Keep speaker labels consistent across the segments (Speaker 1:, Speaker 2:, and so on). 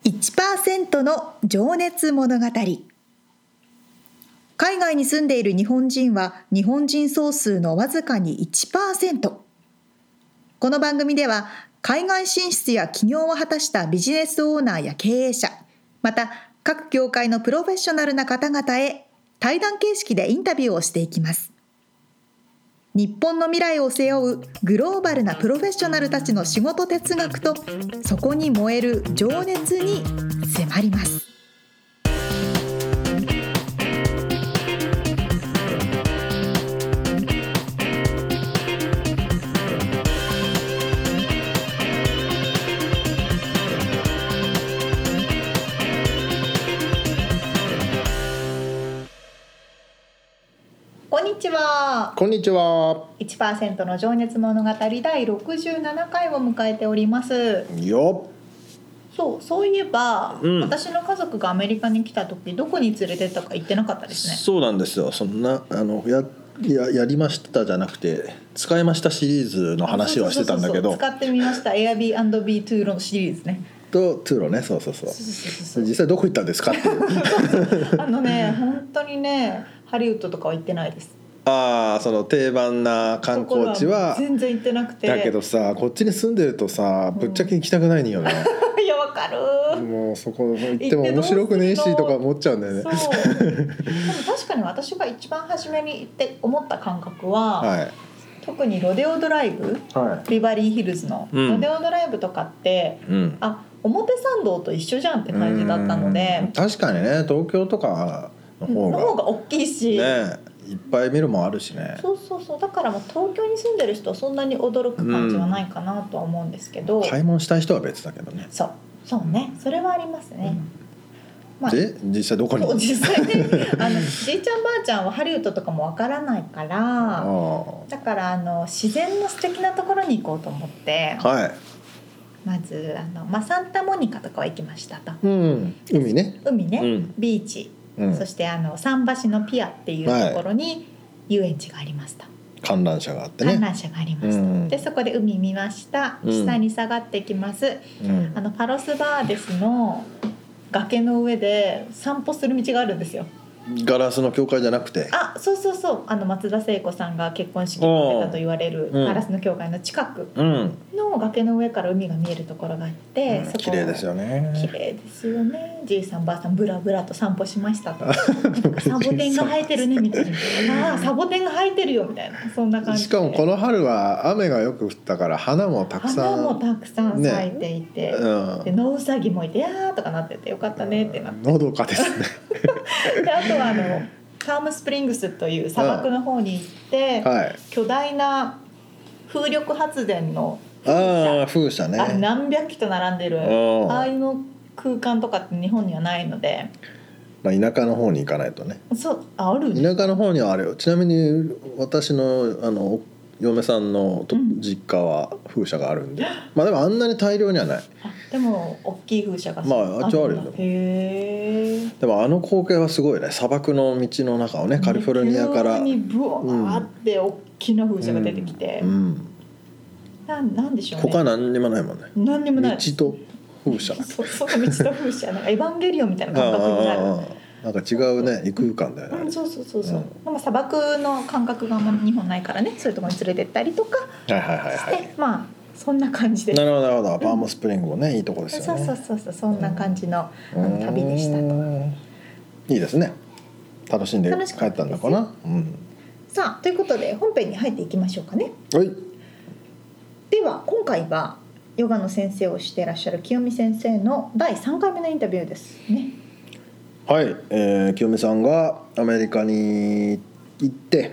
Speaker 1: 1% の情熱物語。海外に住んでいる日本人は日本人総数のわずかに 1%。この番組では海外進出や起業を果たしたビジネスオーナーや経営者、また各業界のプロフェッショナルな方々へ対談形式でインタビューをしていきます。日本の未来を背負うグローバルなプロフェッショナルたちの仕事哲学とそこに燃える情熱に迫ります。こんにちは。
Speaker 2: こんにちは。
Speaker 1: 1% の情熱物語第67回を迎えております
Speaker 2: よっ。
Speaker 1: そういえば、私の家族がアメリカに来た時どこに連れてったか言ってなかったですね。
Speaker 2: そうなんですよ。そんなやりましたじゃなくて使いましたシリーズの話はしてたんだけど、
Speaker 1: 使ってみました Airbnb トゥーロのシリーズね。
Speaker 2: とトゥーロね。そう実際どこ行ったんですかっていう
Speaker 1: 本当にねハリウッドとかは行ってないです。
Speaker 2: その定番な観光地は
Speaker 1: 全然行ってなくて、
Speaker 2: だけどさ、こっちに住んでるとさ、ぶっちゃけ行きたくないんよね。
Speaker 1: いやわかる。
Speaker 2: もうそこ行っても面白くねえしとか思っちゃうんだよね。
Speaker 1: そうでも確かに私が一番初めに行って思った感覚は、はい、特にロデオドライブ、はい、ビバリーヒルズの、ロデオドライブとかって、表参道と一緒じゃんって感じだったので、
Speaker 2: 確かにね、東京とかの方が
Speaker 1: 大きいし、
Speaker 2: ね、いっぱい見るもんあるしね。
Speaker 1: そうだからもう東京に住んでる人はそんなに驚く感じはないかなとは思うんですけど、
Speaker 2: 買い物したい人は別だけどね。
Speaker 1: そうね、それはありますね。
Speaker 2: で実際どこに？
Speaker 1: 実際ね、じいちゃんばあちゃんはハリウッドとかもわからないから、だから自然の素敵なところに行こうと思って、はい、まずサンタモニカとかは行きましたと、海ね、ビーチ、そして桟橋のピアっていうところに遊園地がありました。
Speaker 2: 観覧車があってね。
Speaker 1: 観覧車がありました。でそこで海見ました。下に下がってきます。パロスバーデスの崖の上で散歩する道があるんですよ。
Speaker 2: ガラスの教会じゃなくて、
Speaker 1: そう松田聖子さんが結婚式を挙げたと言われるガラスの教会の近くの崖の上から海が見えるところがあって、
Speaker 2: 綺麗ですよね。
Speaker 1: 綺麗ですよね。じいさんばあさんブラブラと散歩しましたと。サボテンが生えてるねみたいな。サボテンが生えてるよみたいな、そんな感じで。
Speaker 2: しかもこの春は雨がよく降ったから花もたくさん
Speaker 1: 咲いていて、で野ウサギもいてやーとかなっててよかったねってなって、
Speaker 2: のどかですね。
Speaker 1: であとはパームスプリングスという砂漠の方に行って、巨大な風力発電の
Speaker 2: 風車ね、
Speaker 1: 何百機と並んでるああいうの空間とかって日本にはないので、
Speaker 2: 田舎の方に行かないとね。
Speaker 1: ある？
Speaker 2: 田舎の方にはあるよ。ちなみに私の嫁さんの実家は風車があるんで、でもあんなに大量にはない。
Speaker 1: でも大きい風車が
Speaker 2: あっちはあるよ。でも光景はすごいね。砂漠の道の中をね、カリフォルニアから
Speaker 1: 急にブワーって大きな風車が出てきて、なんでしょうね。
Speaker 2: 他は何にもないもんね。
Speaker 1: 何にもない。
Speaker 2: 道と風車。
Speaker 1: そう道と風車、なんかエヴァンゲリオンみたいな感覚になる。
Speaker 2: なんか違うね、異空間だよね。
Speaker 1: そう、砂漠の感覚が日本ないからね、そういうところに連れてったりとかして、そんな感じで。
Speaker 2: なるほど。パームスプリングもね、いいとこですよね。
Speaker 1: そうそんな感じの旅でしたと。
Speaker 2: いいですね。楽しんで帰ったんだかな。
Speaker 1: さあということで本編に入っていきましょうかね。
Speaker 2: はい。
Speaker 1: では今回はヨガの先生をしていらっしゃる清美先生の第3回目のインタビューですね。
Speaker 2: はい、清美さんがアメリカに行って、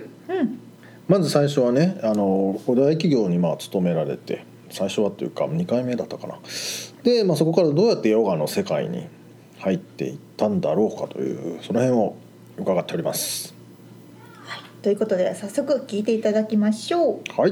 Speaker 2: まず最初はね、大企業に勤められて、最初はというか2回目だったかな。で、そこからどうやってヨガの世界に入っていったんだろうかという、その辺を伺っております。
Speaker 1: はい、ということで早速聞いていただきましょう。
Speaker 2: はい。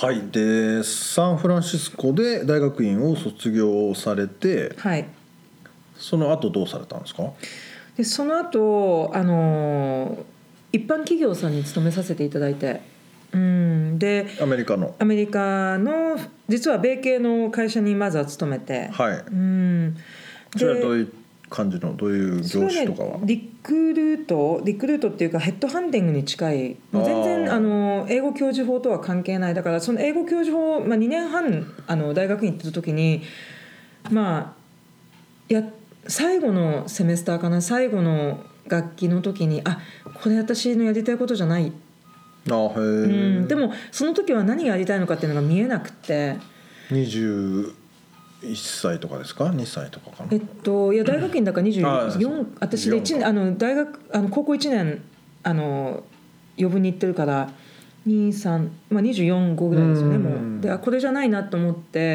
Speaker 2: はい。でサンフランシスコで大学院を卒業されて、
Speaker 1: はい、
Speaker 2: その後どうされたんですか？
Speaker 1: でその後一般企業さんに勤めさせていただいて、で
Speaker 2: アメリカの
Speaker 1: 実は米系の会社にまずは勤めて、
Speaker 2: はい。それはどういう感じのどういう業種とかは、
Speaker 1: リクルートっていうかヘッドハンティングに近い、全然英語教授法とは関係ない。だからその英語教授法、2年半大学に行ってた時に最後のセメスターかな、最後の学期の時にこれ私のやりたいことじゃない、でもその時は何がやりたいのかっていうのが見えなくて。
Speaker 2: 21歳とかですか？2歳とかかな。
Speaker 1: いや大学院だから24、私で大学高校1年余分に行ってるから23、24、5ぐらいですよね。もうでこれじゃないなと思って、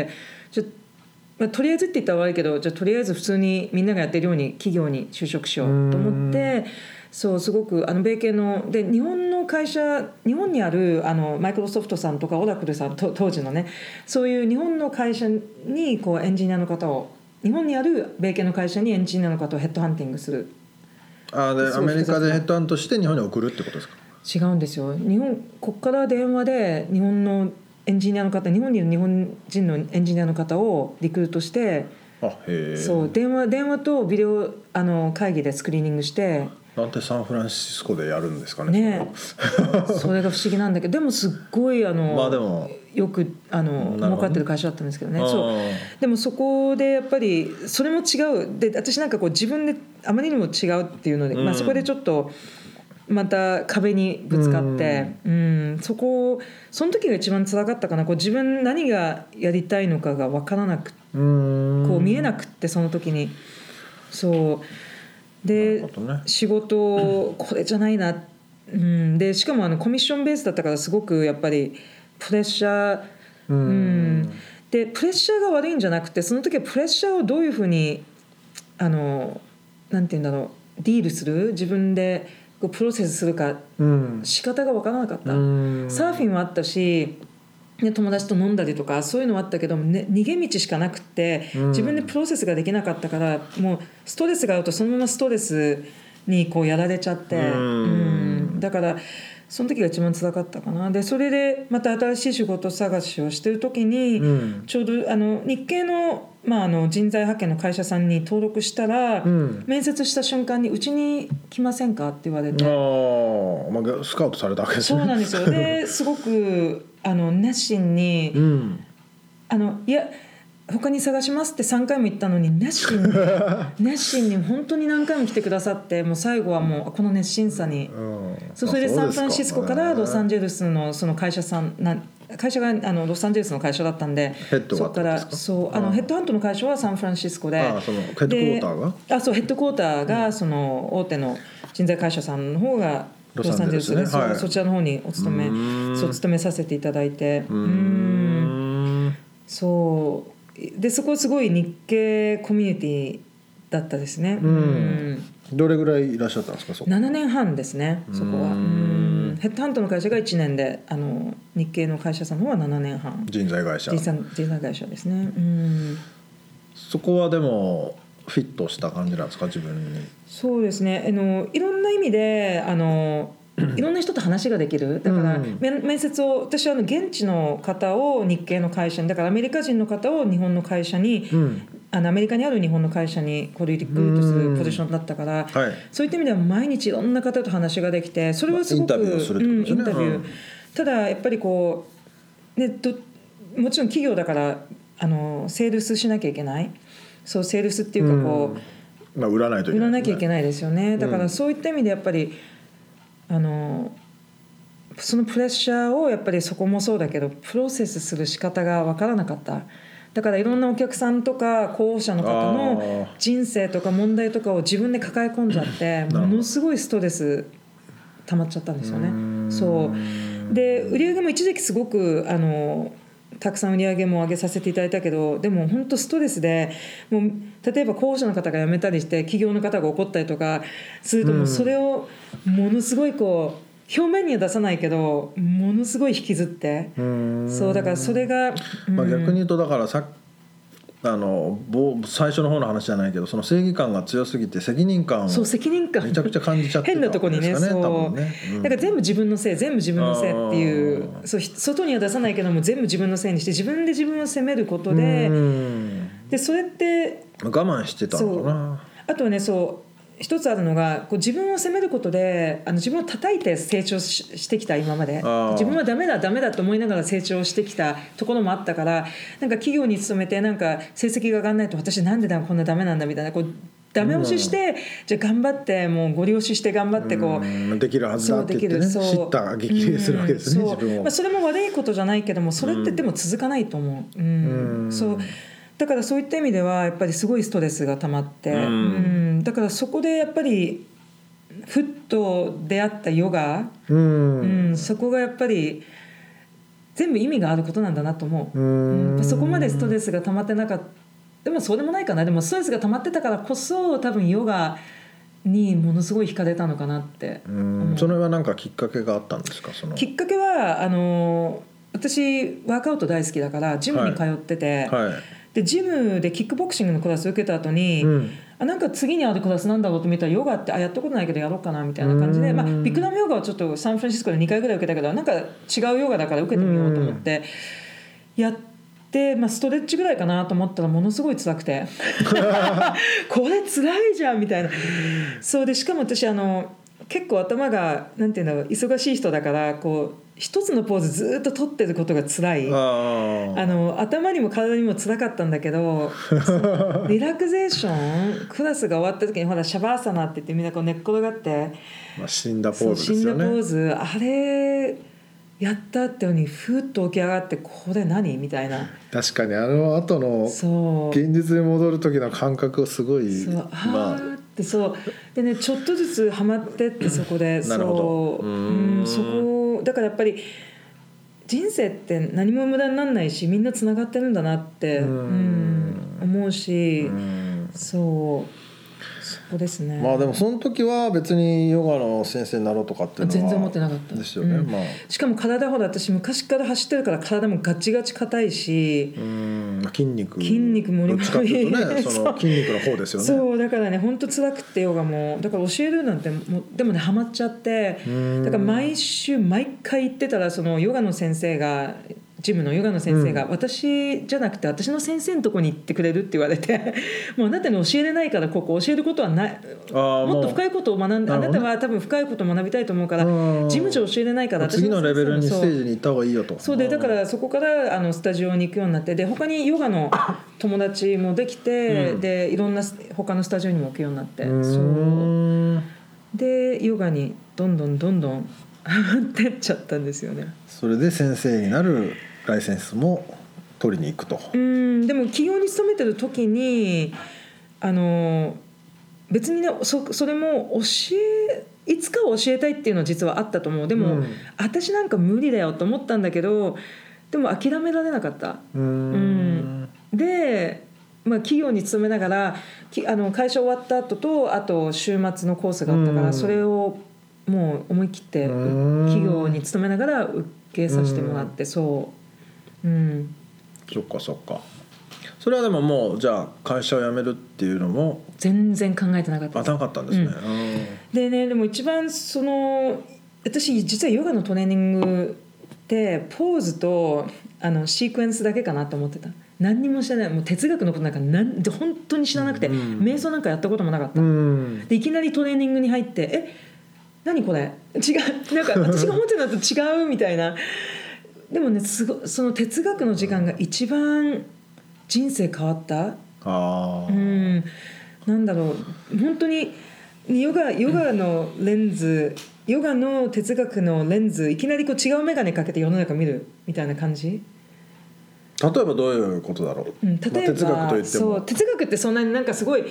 Speaker 1: とりあえずって言ったら悪いけど、じゃあとりあえず普通にみんながやってるように企業に就職しようと思って、そうすごく米系ので日本の会社、日本にあるマイクロソフトさんとかオラクルさん当時のね、そういう日本の会社にこうエンジニアの方を、日本にある米系の会社にエンジニアの方をヘッドハンティングする。
Speaker 2: でアメリカでヘッドハントして日本に送るってことですか？
Speaker 1: 違うんですよ。こっから電話で日本のエンジニアの方、日本にいる日本人のエンジニアの方をリクルートして、そう電話とビデオ会議でスクリーニングして。
Speaker 2: なんてサンフランシスコでやるんですかね。
Speaker 1: それが不思議なんだけど、でもすっごいでもよく儲かってる会社だったんですけどね。そうでもそこでやっぱりそれも違うで、私なんかこう自分であまりにも違うっていうので、そこでちょっとまた壁にぶつかって、その時が一番辛かったかな。こう自分何がやりたいのかが分からなく、こう見えなくって、その時にそうで、仕事これじゃないな、でしかもコミッションベースだったからすごくやっぱりプレッシャー、でプレッシャーが悪いんじゃなくて、その時はプレッシャーをどういうふうになんて言うんだろう、ディールする、自分でこうプロセスするか、仕方が分からなかった。サーフィンはあったし、友達と飲んだりとかそういうのはあったけど、逃げ道しかなくって自分でプロセスができなかったから、もうストレスがあるとそのままストレスにこうやられちゃって、だからその時が一番辛かったかな。でそれでまた新しい仕事探しをしてる時に、ちょうど日系の、人材派遣の会社さんに登録したら、面接した瞬間にうちに来ませんかって言われて、
Speaker 2: スカウトされたわけですね。
Speaker 1: そうなんですよ。ですごく熱心に、いや他に探しますって3回も言ったのに熱心に本当に何回も来てくださって、もう最後はもうこの熱心さに、それでサンフランシスコからロサンゼルスのその会社がロサンゼルスの会社だったんで、そこからヘッドハントの会社はサンフランシスコで、
Speaker 2: そのヘッドクォーターが
Speaker 1: そうヘッドクォーターがその大手の人材会社さんの方がロサンゼルスで、そちらの方に勤めさせていただいて、そうでそこはすごい日系コミュニティだったですね。
Speaker 2: どれぐらいいらっしゃったんですか？そこ
Speaker 1: 7年半ですね。そこはヘッドハントの会社が1年で、日系の会社さんの方は7年半。
Speaker 2: 人材会社
Speaker 1: ですね。
Speaker 2: そこはでもフィットした感じなんですか？自分に。
Speaker 1: そうですね、いろんな意味でいろんな人と話ができる。だから、面接を私は現地の方を日系の会社に、だからアメリカ人の方を日本の会社に、アメリカにある日本の会社にこうリクルートするポジションだったから、そういった意味では毎日いろんな方と話ができて、それはすごくインタビュー。ただやっぱりこう、もちろん企業だからセールスしなきゃいけない。そうセールスっていうかこう、
Speaker 2: 売らな
Speaker 1: きゃいけないですよね。だからそういった意味でやっぱりそのプレッシャーをやっぱりそこもそうだけどプロセスする仕方が分からなかった。だからいろんなお客さんとか候補者の方の人生とか問題とかを自分で抱え込んじゃってものすごいストレス溜まっちゃったんですよね。そうで売り上げも一時期すごくたくさん売り上げも上げさせていただいたけど、でも本当ストレスで、もう例えば候補者の方が辞めたりして企業の方が怒ったりとかすると、もうそれをものすごいこ
Speaker 3: 表面には出さないけどものすごい引きずって、そうだからそれが、
Speaker 2: まあ、逆に言うとだから最初の方の話じゃないけど、その正義感が強すぎて責任感をめちゃくちゃ感じちゃってたんですかね。
Speaker 3: 変なとこにね、そう
Speaker 2: 多分ね、
Speaker 3: だから全部自分のせいっていう、そう外には出さないけども全部自分のせいにして自分で自分を責めることで、でそれって
Speaker 2: 我慢してたのかな。
Speaker 3: あとはね、そう一つあるのがこう自分を責めることで自分を叩いて成長 してきた今まで自分はダメだと思いながら成長してきたところもあったから、なんか企業に勤めてなんか成績が上がらないと私なんでこんなダメなんだみたいなこうダメ押しして、じゃあ頑張ってもうゴリ押しして頑張ってこう
Speaker 2: できるはずだって言ってね、叱咤激励するわけですね、自分を。
Speaker 3: まあ、それも悪いことじゃないけどもそれってでも続かないと思う。そうだからそういった意味ではやっぱりすごいストレスが溜まって、だからそこでやっぱりふっと出会ったヨガ、そこがやっぱり全部意味があることなんだなと思う。そこまでストレスが溜まってなかった。でもそうでもないかな。でもストレスが溜まってたからこそ多分ヨガにものすごい惹かれたのかなって思う。
Speaker 2: それは何かきっかけがあったんですか？
Speaker 3: きっかけは私ワークアウト大好きだからジムに通ってて、でジムでキックボクシングのクラス受けた後に、なんか次にあるクラスなんだろうと見たらヨガってやったことないけどやろうかなみたいな感じで、ビクラムヨガはちょっとサンフランシスコで2回ぐらい受けたけどなんか違うヨガだから受けてみようと思ってやって、ストレッチぐらいかなと思ったらものすごい辛くてこれ辛いじゃんみたいな。そうでしかも私結構頭がなんていうんだろう忙しい人だからこう一つのポーズずっと取ってることが辛い。頭にも体にも辛かったんだけどリラクゼーションクラスが終わった時にほらシャバーサナって言ってみんなこう寝っ転がって、
Speaker 2: 死んだポーズですよね。
Speaker 3: 死んだポーズあれやったってのにふっと起き上がってこれ何みたいな。
Speaker 2: 確かに後の現実に戻る時の感覚をすごい
Speaker 3: そうでねちょっとずつハマってってそこで
Speaker 2: なるほど。
Speaker 3: そこだからやっぱり人生って何も無駄にならないしみんなつながってるんだなって思うし、そこですね。
Speaker 2: まあでもその時は別にヨガの先生になろうとかっていうのは
Speaker 3: 全然思ってなかった
Speaker 2: ですよね。
Speaker 3: しかも体ほら私昔から走ってるから体もガチガチ硬いし、
Speaker 2: 筋肉
Speaker 3: もりもり
Speaker 2: どっちかっていうとねその筋肉の方ですよね。
Speaker 3: そうだからね本当辛くってヨガもだから教えるなんてでもねハマっちゃって、だから毎回行ってたらそのヨガの先生がジムのヨガの先生が、私じゃなくて私の先生のとこに行ってくれるって言われてもうあなたに教えれないからここ教えることはない、もっと深いことを学んで、あなたは多分深いことを学びたいと思うから事務所教えれないから
Speaker 2: 次のレベルにステージに行った方がいいよと。
Speaker 3: そうでだからそこからスタジオに行くようになって、で他にヨガの友達もできて、でいろんな他のスタジオにも行くようになって、そうでヨガにどんどんハマってっちゃったんですよね。
Speaker 2: それで先生になるライセンスも取りに行くと。
Speaker 3: でも企業に勤めてる時に別にねそれもいつかは教えたいっていうのは実はあったと思う。でも、私なんか無理だよと思ったんだけどでも諦められなかった。で、企業に勤めながら会社終わった後とあと週末のコースがあったからそれをもう思い切って企業に勤めながら受けさせてもらって、そっ
Speaker 2: かそれはでももうじゃあ会社を辞めるっていうのも
Speaker 3: 全然考えてなかったです。
Speaker 2: なかったんですね。
Speaker 3: でねでも一番私実はヨガのトレーニングってポーズとシークエンスだけかなと思ってた。何にも知らない。もう哲学のことなんか本当に知らなくて、瞑想なんかやったこともなかった。でいきなりトレーニングに入って何これ違うなんか私が思ってるのと違うみたいな。でもねその哲学の時間が一番人生変わった。なんだろう本当にヨガのレンズヨガの哲学のレンズいきなりこう違う眼鏡かけて世の中見るみたいな感じ。
Speaker 2: 例えばどういうことだろう。
Speaker 3: 例えば、
Speaker 2: 哲学といっても
Speaker 3: そう哲学ってそんなになんかすごい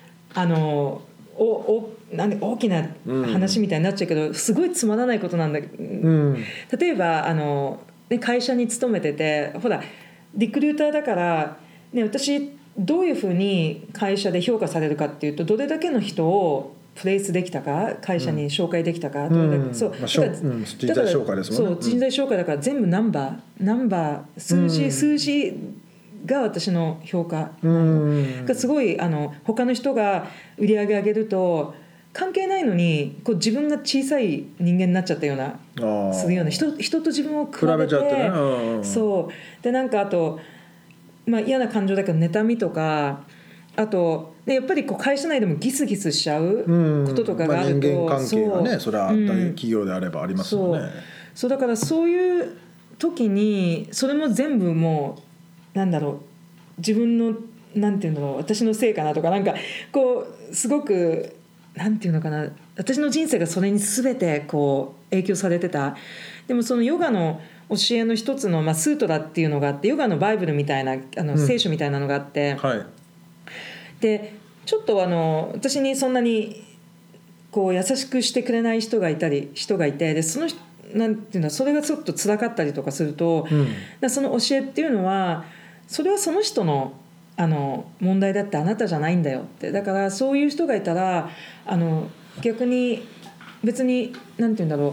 Speaker 3: 大きな話みたいになっちゃうけど、すごいつまらないことなんだ、例えば会社に勤めててほらリクルーターだから、私どういうふうに会社で評価されるかっていうとどれだけの人をプレイスできたか、会社に紹介できたかとか、
Speaker 2: そう人材紹介ですもんね。
Speaker 3: そう人材紹介だから全部ナンバー数字が私の評価がすごい他の人が売り上げ上げると関係ないのにこう自分が小さい人間になっちゃったようなするような 人と自分を比べてそうでなんかあと、嫌な感情だけど妬みとかあとでやっぱりこう会社内でもギスギスしちゃうこととかがあると、
Speaker 2: 人間関係がねそれは企業であればありますよね。
Speaker 3: そうだからそういう時にそれも全部もうなんだろう自分のなんていうの私のせいかなとかなんかこうすごくなんていうのかな私の人生がそれに全てこう影響されてた。でもそのヨガの教えの一つの、スートラっていうのがあってヨガのバイブルみたいな聖書みたいなのがあって、でちょっと私にそんなにこう優しくしてくれない人がいてでそのなんていうのそれがちょっと辛かったりとかすると、その教えっていうのはそれはその人の問題だってあなたじゃないんだよってだからそういう人がいたら逆に別になんていうんだろ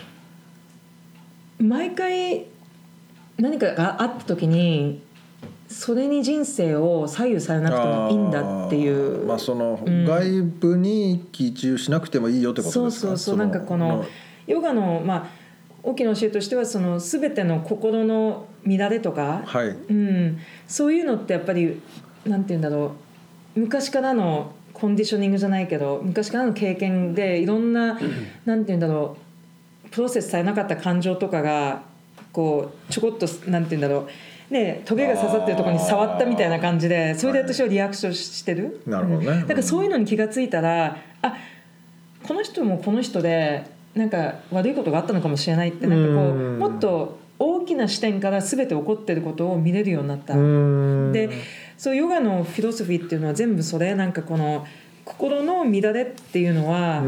Speaker 3: う毎回何かがあった時にそれに人生を左右されなくてもいいんだっていう、
Speaker 2: その外部に帰中しなくてもいいよってことですか。
Speaker 3: そうなんかこのヨガの大きな教えとしてはその全ての心の乱れとか、そういうのってやっぱりなんていうんだろう昔からのコンディショニングじゃないけど昔からの経験でいろんななんていうんだろうプロセスされなかった感情とかがこうちょこっとなんていうんだろうねトゲが刺さってるところに触ったみたいな感じでそれで私はリアクションしてる。
Speaker 2: なるほどね。
Speaker 3: だからそういうのに気がついたらこの人もこの人でなんか悪いことがあったのかもしれないってなんかこうもっと大きな視点から全て起こってることを見れるようになった。でそうヨガのフィロソフィーっていうのは全部それなんかこの心の乱れっていうのは、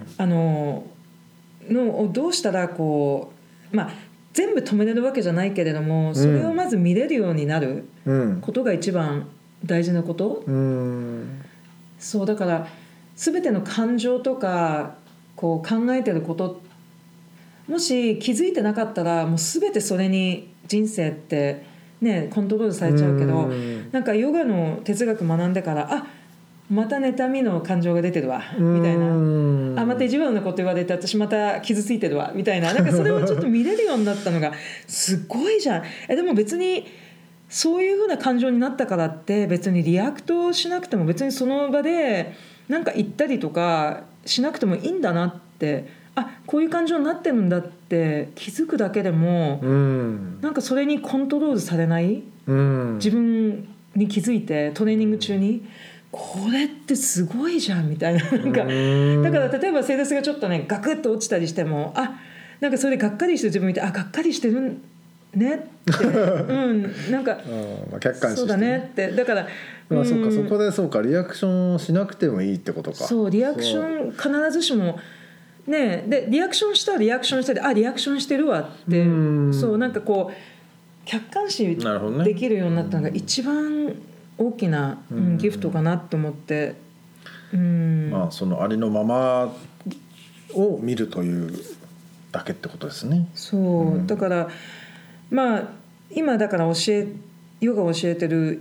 Speaker 3: のどうしたらこう全部止めれるわけじゃないけれどもそれをまず見れるようになることが一番大事なこと、そうだから全ての感情とかこう考えてることもし気づいてなかったらもう全てそれに人生ってねコントロールされちゃうけどなんかヨガの哲学学んでからまた妬みの感情が出てるわみたいなまた意地悪なこと言われて私また傷ついてるわみたいななんかそれをちょっと見れるようになったのがすごいじゃん。でも別にそういう風な感情になったからって別にリアクトしなくても別にその場でなんか言ったりとかしなくてもいいんだなってこういう感情になってるんだって気づくだけでもなんかそれにコントロールされない自分に気づいてトレーニング中にこれってすごいじゃんみたいななんかだから例えばセールスがちょっとねガクッと落ちたりしてもなんかそれでがっかりして自分見てがっかりしてるねってなんか
Speaker 2: 客観視して、
Speaker 3: そうだねってだから
Speaker 2: そうかそこでそうかリアクションしなくてもいいってことか。
Speaker 3: そうリアクション必ずしもねでリアクションしたらリアクションしてリアクションしてるわってそうなんかこう客観視できるようになったのが一番大きなギフトかなと思って、
Speaker 2: そのありのままを見るというだけってことですね。
Speaker 3: そうだから今だからヨガを教えてる、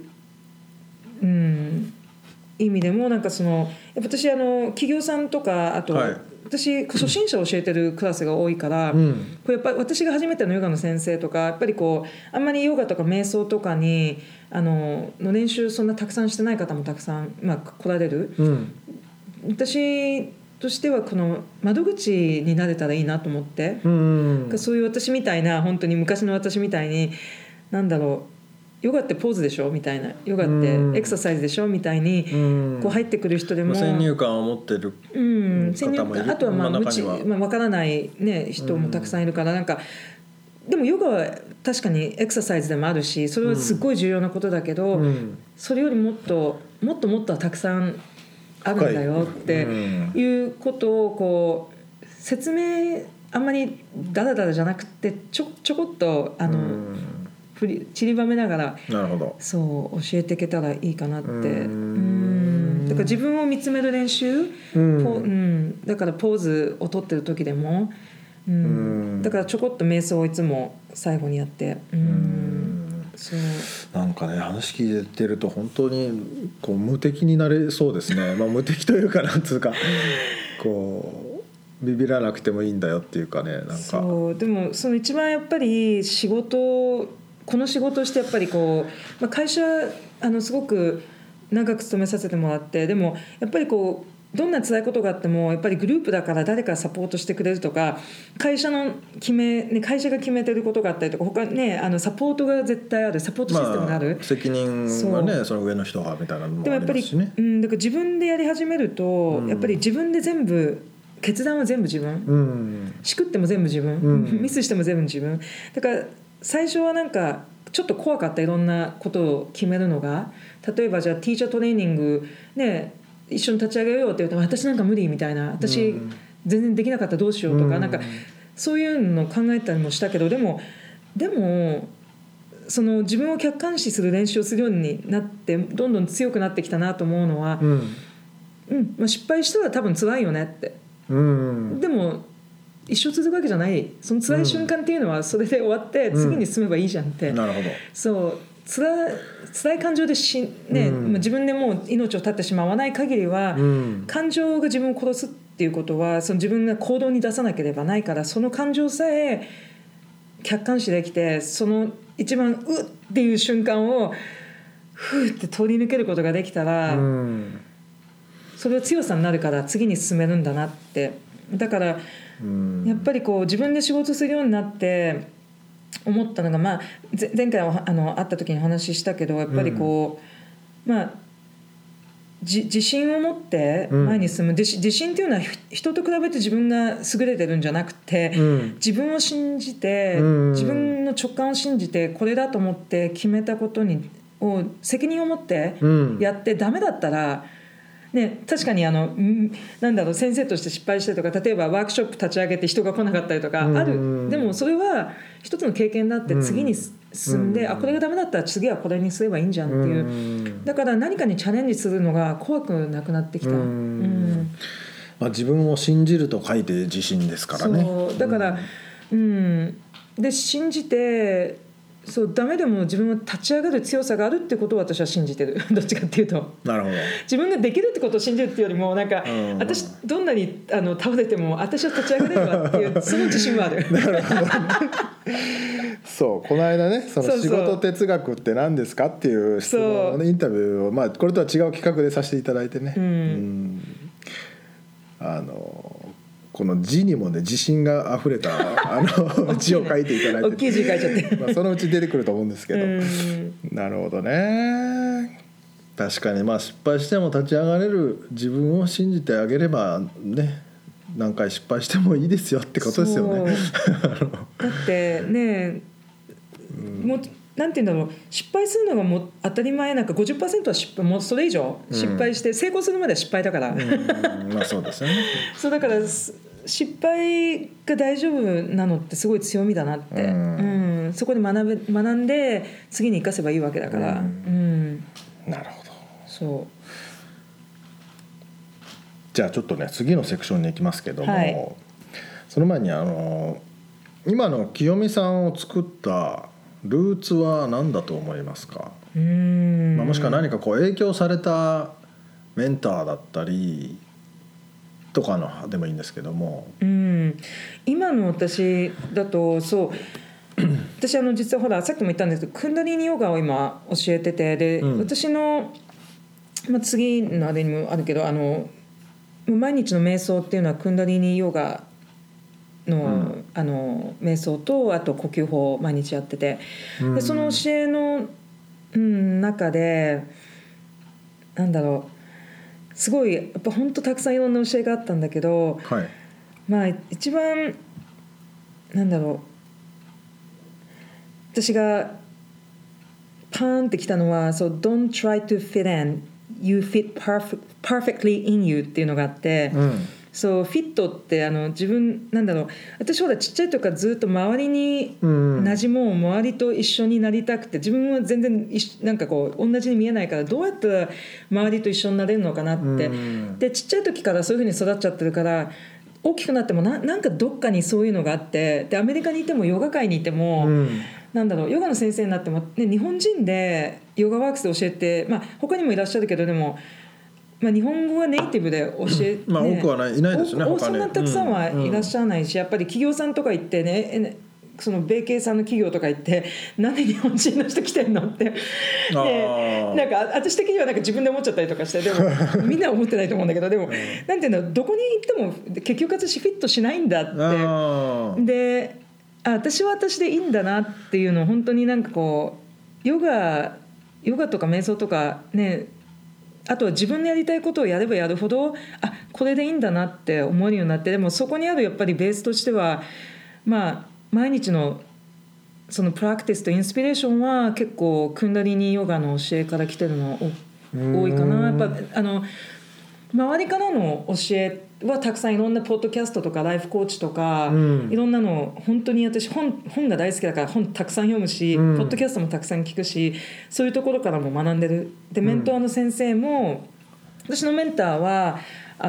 Speaker 3: 意味でもなんかそのやっぱ私企業さんとかあと、私初心者を教えてるクラスが多いから、これやっぱり私が初めてのヨガの先生とかやっぱりこうあんまりヨガとか瞑想とかにの練習そんなたくさんしてない方もたくさん、来られる、私としてはこの窓口になれたらいいなと思って、そういう私みたいな本当に昔の私みたいになんだろうヨガってポーズでしょみたいなヨガってエクササイズでしょみたいにこう入ってくる人でも
Speaker 2: 先入観を持ってる方もいる。
Speaker 3: あとは分からない、人もたくさんいるからなんかでもヨガは確かにエクササイズでもあるしそれはすごい重要なことだけど、それよりもっとたくさんあるんだよっていうことをこう説明あんまりダラダラじゃなくてちょこっと散りばめながらそう教えていけたらいいかなって。 だから自分を見つめる練習、だからポーズを取ってる時でも、だからちょこっと瞑想をいつも最後にやって、
Speaker 2: そうなんかね話聞いてると本当にこう無敵になれそうですね無敵というかなんつうかこうビビらなくてもいいんだよっていうかね、なんか
Speaker 3: そうでもその一番やっぱりこの仕事をしてやっぱりこう、会社すごく長く勤めさせてもらって、でもやっぱりこうどんな辛いことがあってもやっぱりグループだから誰かサポートしてくれるとか、会社が決めてることがあったりとか、他ねサポートが絶対ある、サポートシステムがある、
Speaker 2: 責任はねその上の人がみたいなのもありますしね。
Speaker 3: でもやっぱり、だから自分でやり始めると、やっぱり自分で全部決断は全部自分、しくっても全部自分、ミスしても全部自分だから、最初はなんかちょっと怖かった、いろんなことを決めるのが。例えばじゃあティーチャートレーニングね一緒に立ち上げようって言うと、私なんか無理みたいな、私全然できなかったらどうしようとか、なんかそういうのを考えたりもしたけど、でもその自分を客観視する練習をするようになってどんどん強くなってきたなと思うのは、失敗したら多分辛いよねって、でも一生続くわけじゃない、その辛い瞬間っていうのはそれで終わって次に進めばいいじゃんって、
Speaker 2: なるほど。
Speaker 3: そう辛い感情で自分でもう命を絶ってしまわない限りは、感情が自分を殺すっていうことはその自分が行動に出さなければないから、その感情さえ客観視できて、その一番うっていう瞬間をふーって通り抜けることができたら、それは強さになるから次に進めるんだなって。だからやっぱりこう自分で仕事するようになって思ったのが、前回会った時にお話ししたけど、やっぱりこう、自信を持って前に進む、自信っていうのは人と比べて自分が優れてるんじゃなくて、自分を信じて、自分の直感を信じて、これだと思って決めたことを責任を持ってやって、ダメだったら確かに先生として失敗したりとか、例えばワークショップ立ち上げて人が来なかったりとかある、でもそれは一つの経験だって、次に進んで、これがダメだったら次はこれにすればいいんじゃんっていう、だから何かにチャレンジするのが怖くなくなってきた。
Speaker 2: 自分を信じると書いて自信ですからね。
Speaker 3: そうだから、で信じて、そうダメでも自分は立ち上がる強さがあるってことを私は信じてるどっちかっていうと。
Speaker 2: なるほど。
Speaker 3: 自分ができるってことを信じるっていうよりも、なんか、私どんなに倒れても私は立ち上がれるわっていうその自信はある。
Speaker 2: なるほどそうこの間ね、その仕事哲学って何ですかっていう質問をね、インタビューを、これとは違う企画でさせていただいてね、この字にもね自信があふれた字を書いていただいて、
Speaker 3: 大きい字書いちゃって
Speaker 2: そのうち出てくると思うんですけど、なるほどね。確かに失敗しても立ち上がれる自分を信じてあげればね、何回失敗してもいいですよってことですよね。
Speaker 3: だってね、もうなんていうんだろう、失敗するのがもう当たり前、なんか 50% は失敗、もうそれ以上失敗して成功するまでは失敗だから、
Speaker 2: そうですよね。
Speaker 3: そうだから失敗が大丈夫なのってすごい強みだなって、そこで学んで次に生かせばいいわけだから、
Speaker 2: なるほど。
Speaker 3: そう
Speaker 2: じゃあちょっとね次のセクションに行きますけども、その前に今の清美さんを作ったルーツは何だと思いますか？もしくは何かこう影響されたメンターだったりとかのでもいいんですけども、
Speaker 3: 今の私だと、そう私実はほらさっきも言ったんですけど、クンダリーニヨガを今教えてて、で、私の、次のあれにもあるけど、毎日の瞑想っていうのはクンダリーニヨガの、瞑想とあと呼吸法を毎日やってて、でその教えの、中でなんだろう、すごいやっぱ本当たくさんいろんな教えがあったんだけど、一番なんだろう、私がパーンってきたのは、Don't try to fit in, you fit perfectly in you っていうのがあって、 そうフィットって自分なんだろう、私ほらちっちゃい時からずっと周りに馴染もう、周りと一緒になりたくて、自分は全然なんかこう同じに見えないから、どうやったら周りと一緒になれるのかなって、でちっちゃい時からそういう風に育っちゃってるから、大きくなってもなんかどっかにそういうのがあって、でアメリカにいてもヨガ界にいても、なんだろう、ヨガの先生になっても、ね、日本人でヨガワークスで教えて、他にもいらっしゃるけど、でも日本語はネイティブで教えて、
Speaker 2: 多くはいないですね。
Speaker 3: そんなたくさんはいらっしゃらないし、やっぱり企業さんとか行ってね、その米系さんの企業とか行って、なんで日本人の人来てんのってで、なんか私的にはなんか自分で思っちゃったりとかして、でもみんなは思ってないと思うんだけど、でもなんていうの、どこに行っても結局私フィットしないんだって、で私は私でいいんだなっていうのを、本当になんかこうヨガとか瞑想とかね、あとは自分のやりたいことをやればやるほど、これでいいんだなって思えるようになって、でもそこにあるやっぱりベースとしては、毎日のそのプラクティスとインスピレーションは結構クンダリニヨガの教えから来てるの多いかな。やっぱ周りからの教えはたくさん、いろんなポッドキャストとかライフコーチとか、いろんなの、本当に私本が大好きだから本たくさん読むし、ポッドキャストもたくさん聞くし、そういうところからも学んでる。でメントーの先生も、私のメンターは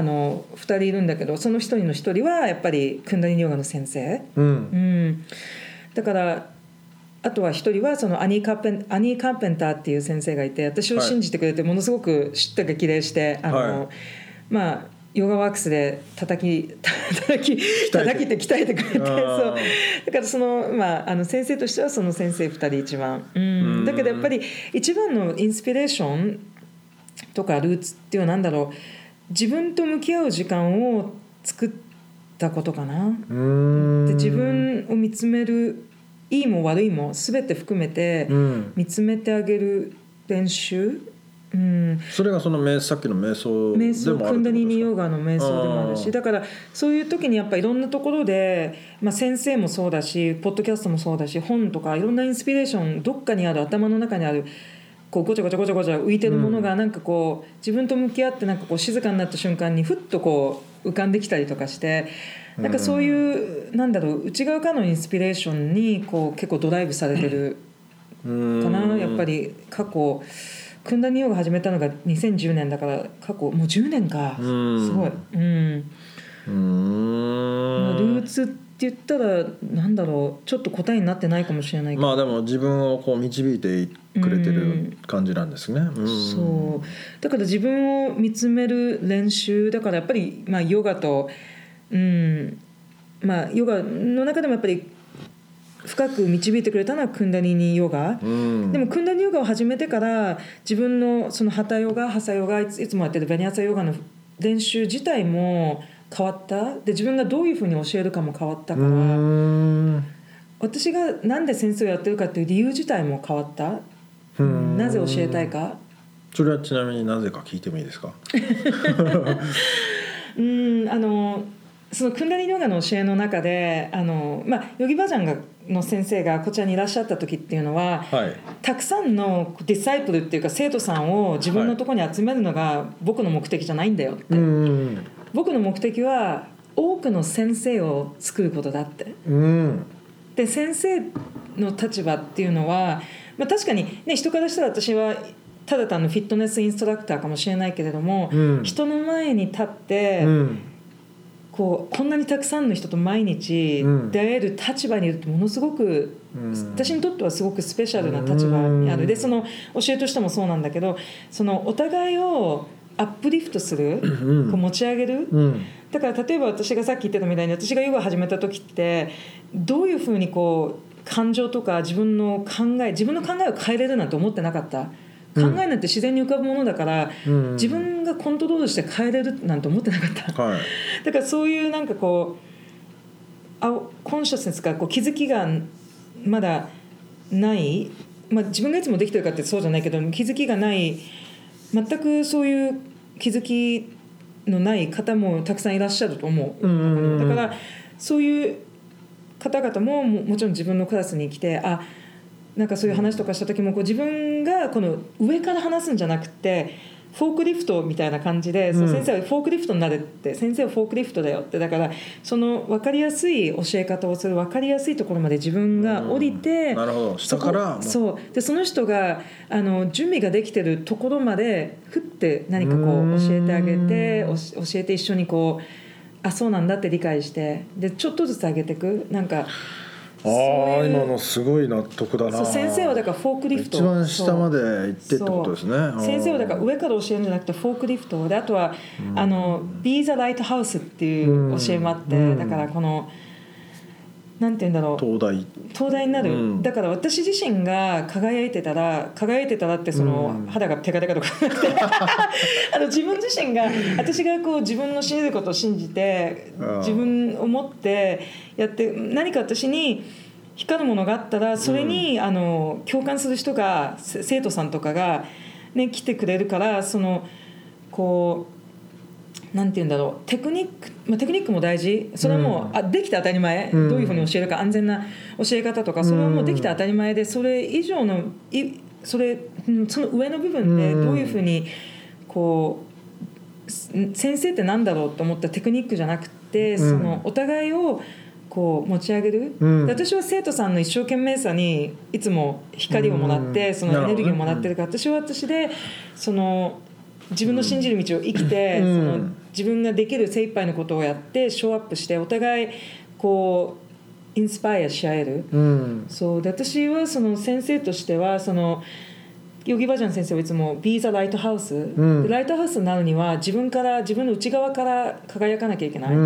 Speaker 3: 2人いるんだけど、その一人の一人はやっぱりクンダリニヨガの先生、だからあとは一人はそのアニー・カーペンターっていう先生がいて、私を信じてくれて、ものすごく叱咤激励して、ヨガワークスで叩きって鍛えてくれて、そうだから先生としてはその先生2人一番、だけどやっぱり一番のインスピレーションとかルーツっていうのは何だろう、自分と向き合う時間を作ったことかな。で自分を見つめる、いいも悪いも全て含めて見つめてあげる練習、
Speaker 2: それがそのさっきの瞑想でもあるってことですか？
Speaker 3: クンダリニヨガの瞑想でもあるし、だからそういう時にやっぱりいろんなところで、先生もそうだし、ポッドキャストもそうだし、本とかいろんなインスピレーション、どっかにある、頭の中にあるこうごちゃごちゃ浮いてるものが、なんかこう自分と向き合って、なんかこう静かになった瞬間にふっとこう浮かんできたりとかして、なんかそういうなんだろう、内側からのインスピレーションにこう結構ドライブされてるかな。やっぱり過去クンダリニヨガ始めたのが2010年だから、過去もう10年か、すごい。ルーツって言ったらなんだろう、ちょっと答えになってないかもしれないけど、
Speaker 2: でも自分をこう導いてくれてる感じなんですね。
Speaker 3: そうだから自分を見つめる練習だから、やっぱりヨガとヨガの中でもやっぱり深く導いてくれたのはクンダリニヨガ、でもクンダリニヨガを始めてから自分のそのハタヨガ、ハサヨガ、いつもやってるベニャサヨガの練習自体も変わった。で自分がどういうふうに教えるかも変わったから、私がなんで先生をやってるかっていう理由自体も変わった。なぜ教えたいか。
Speaker 2: それはちなみになぜか聞いてもいいですか？
Speaker 3: そのクンダリニヨガの教えの中でヨギバジャンの先生がこちらにいらっしゃった時っていうのは、たくさんのディサイプルっていうか生徒さんを自分のところに集めるのが僕の目的じゃないんだよって、僕の目的は多くの先生を作ることだって、で先生の立場っていうのは、確かにね、人からしたら私はただ単のフィットネスインストラクターかもしれないけれども、人の前に立って、こんなにたくさんの人と毎日出会える立場にいるって、ものすごく、私にとってはすごくスペシャルな立場にある。でその教えとしてもそうなんだけど、そのお互いをアップリフトする、こう持ち上げる、だから例えば私がさっき言ってたみたいに、私がヨガ始めた時ってどういうふうにこう感情とか自分の考えを変えれるなんて思ってなかった。考えなんて自然に浮かぶものだから、自分がコントロールして変えれるなんて思ってなかった、だからそういうなんかこうコンシャスネスか、こう気づきがまだない、自分がいつもできてるかってそうじゃないけど、気づきがない、全くそういう気づきのない方もたくさんいらっしゃると思う、だからそういう方々ももちろん自分のクラスに来て、なんかそういう話とかした時も、こう自分がこの上から話すんじゃなくて、 フォークリフトみたいな感じで、先生はフォークリフトになれって、先生はフォークリフトだよって、だからその分かりやすい教え方をする、分かりやすいところまで自分が降りて、
Speaker 2: なるほど、下から
Speaker 3: そうで、その人が準備ができてるところまでふって何かこう教えてあげて、教えて一緒にこう、あ、そうなんだって理解して、でちょっとずつ上げていく、なんか
Speaker 2: 今のすごい納得だな。
Speaker 3: そう、先生はだからフォークリフト、
Speaker 2: 一番下まで行ってってことですね。
Speaker 3: 先生はだから上から教えるんじゃなくてフォークリフトで、あとはBe the Lighthouse っていう教えもあって、だからこのなんて言うんだろう、灯台になる、だから私自身が輝いてたらってその肌がテカテカとかなくて自分自身が、私がこう自分の信じることを信じて自分を持ってやって、何か私に光るものがあったらそれに共感する人が、生徒さんとかが、ね、来てくれるから、そのこうなんて言うんだろう、テクニックも大事、それはもう、できて当たり前、どういうふうに教えるか、安全な教え方とか、それはもうできて当たり前で、それ以上のその上の部分でどういうふうにこう先生ってなんだろうと思ったテクニックじゃなくて、そのお互いをこう持ち上げる、私は生徒さんの一生懸命さにいつも光をもらって、そのエネルギーをもらってるから、私は私でその自分の信じる道を生きて、その自分ができる精一杯のことをやってショーアップして、お互いこうインスパイアし合える、そうで、私はその先生としては、そのヨギバジャン先生はいつも Be the Lighthouse、ライトハウスになるには自分の内側から輝かなきゃいけない、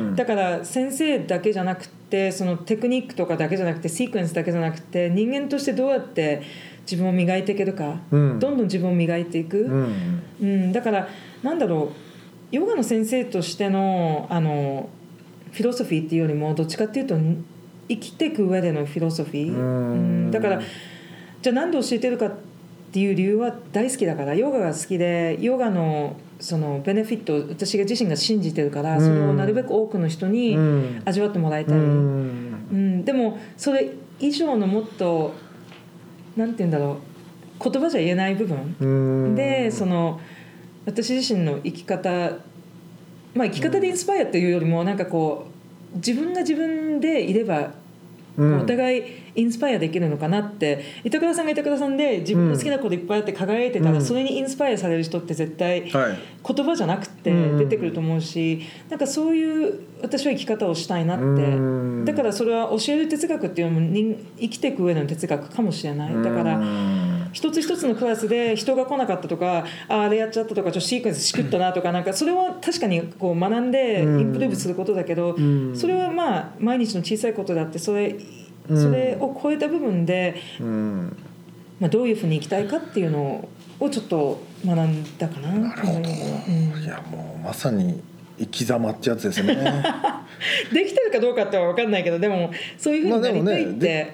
Speaker 3: だから先生だけじゃなくて、そのテクニックとかだけじゃなくて、シークエンスだけじゃなくて、人間としてどうやって自分を磨いていけるか、どんどん自分を磨いていく、だからなんだろう、ヨガの先生としてのフィロソフィーっていうよりも、どっちかっていうと生きていく上でのフィロソフィー、だからじゃあなんで教えてるかっていう理由は大好きだから、ヨガが好きで、ヨガのそのベネフィットを私が自身が信じてるから、それをなるべく多くの人に味わってもらいたい、でもそれ以上のもっとなんて言うんだろう、言葉じゃ言えない部分で、その私自身の生き方、生き方でインスパイアっていうよりも、なんかこう自分が自分でいればお互いインスパイアできるのかなって、板倉さんが板倉さんで自分の好きなこといっぱいあって輝いてたら、それにインスパイアされる人って絶対言葉じゃなくて出てくると思うし、なんかそういう私は生き方をしたいなって、だからそれは教える哲学っていうのも生きていく上での哲学かもしれない。だから一つ一つのクラスで人が来なかったとか、あれやっちゃったとか、ちょっとシークエンスしくったなとか、なんかそれは確かにこう学んでインプルーブすることだけど、それはまあ毎日の小さいことだって、それを超えた部分で、どういうふうに生きたいかっていうのをちょっと学んだかな。
Speaker 2: なるほど、いやもうまさに生き様ってやつですね
Speaker 3: できてるかどうかっては分かんないけど、でもそういうふうになりたいって、